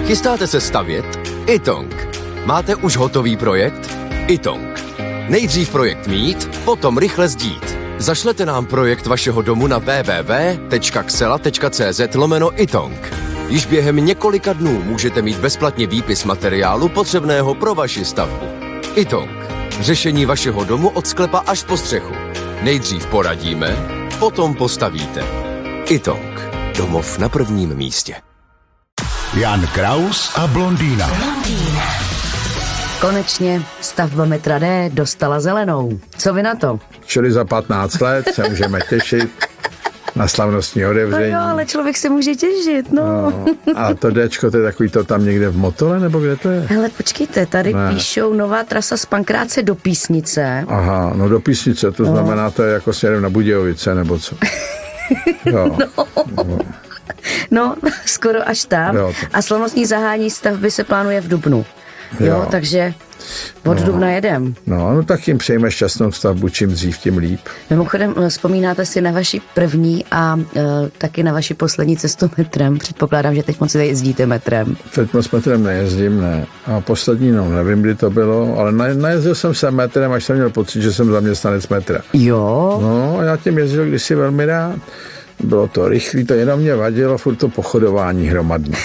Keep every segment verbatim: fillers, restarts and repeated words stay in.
Chystáte se stavět? Itong. Máte už hotový projekt? Itong. Nejdřív projekt mít, potom rychle sdít. Zašlete nám projekt vašeho domu na w w w tečka xela tečka c z lomeno Itong. Již během několika dnů můžete mít bezplatně výpis materiálu potřebného pro vaši stavbu. Itong. Řešení vašeho domu od sklepa až po střechu. Nejdřív poradíme, potom postavíte. Itong. Domov na prvním místě. Jan Kraus a blondýna. Blondýna. Konečně stavba metra D dostala zelenou. Co vy na to? Čili za patnáct let se můžeme těšit na slavnostní otevření. No jo, ale člověk se může těšit, no. no. A to Dčko, to je takový to tam někde v Motole, nebo kde to je? Hele, počkejte, tady ne. Píšou nová trasa z Pankráce do Písnice. Aha, no do Písnice, to no. znamená, to je jako směrem na Budějovice, nebo co? Jo. no. no. No, skoro až tam. Jo, to... A slavnostní zahání stavby se plánuje v dubnu. Jo, jo takže od no, dubna jedem. No, no tak jim přejme šťastnou stavbu, čím dřív, tím líp. Mimochodem, vzpomínáte si na vaši první a uh, taky na vaši poslední cestu metrem? Předpokládám, že teď moc jezdíte metrem. Teď moc metrem nejezdím, ne. A poslední, no, nevím, kdy to bylo, ale na, najezdil jsem se metrem, až jsem měl pocit, že jsem zaměstnanec metra. Jo? No, a já tím jezdil kdysi velmi rád. Bylo to rychlý, to jenom mě vadilo, furt to pochodování hromadné.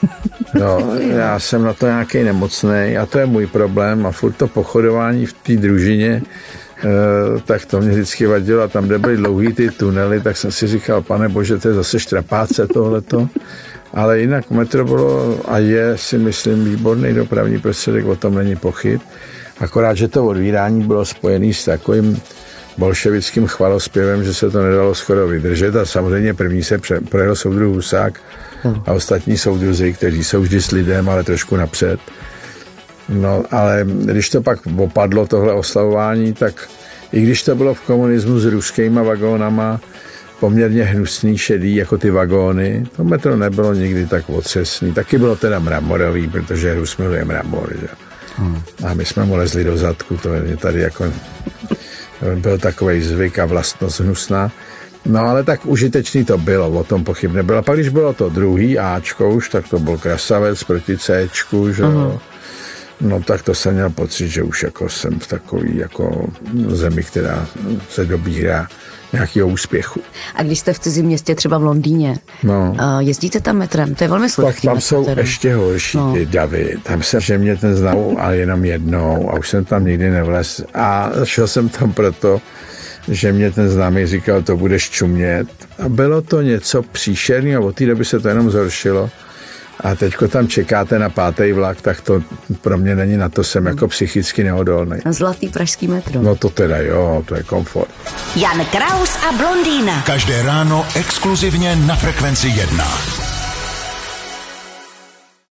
No, já jsem na to nějaký nemocnej a to je můj problém a furt to pochodování v té družině, eh, tak to mě vždycky vadilo a tam, kde byly dlouhý ty tunely, tak jsem si říkal, pane bože, to je zase štrapáce tohleto. Ale jinak metro bylo a je, si myslím, výborný dopravní prostředek, o tom není pochyb. Akorát, že to odvírání bylo spojené s takovým bolševickým chvalospěvem, že se to nedalo skoro vydržet a samozřejmě první se projel soudruh Husák a ostatní soudruzi, kteří jsou vždy s lidem, ale trošku napřed. No, ale když to pak opadlo tohle oslavování, tak i když to bylo v komunismu s ruskýma vagónama poměrně hnusný, šedý, jako ty vagóny, to metro nebylo nikdy tak otřesný. Taky bylo teda mramorový, protože Rus miluje mramor, že? Hmm. A my jsme mu lezli do zadku, to je tady jako... byl takovej zvyk a vlastnost hnusná. No ale tak užitečný to bylo, o tom pochyb nebylo. A pak když bylo to druhý Ačko už, tak to byl krasavec proti Cčku, že uh-huh. No tak to jsem měl pocit, že už jako jsem v takový jako zemi, která se dobírá nějakého úspěchu. A když jste v cizím městě, třeba v Londýně, no. jezdíte tam metrem? To je velmi složitý. Tak tam metr, jsou tedy. ještě horší no. ty davy. Tam jsem, že mě ten znal, ale jenom jednou a už jsem tam nikdy nevlez. A šel jsem tam proto, že mě ten známý říkal, to budeš čumět. A bylo to něco příšerného, od té doby se to jenom zhoršilo. A teďko tam čekáte na pátý vlak, tak to pro mě není, na to jsem jako psychicky neodolný. Zlatý pražský metro. No to teda jo, to je komfort. Jan Kraus a blondýna. Každé ráno exkluzivně na Frekvenci jedna.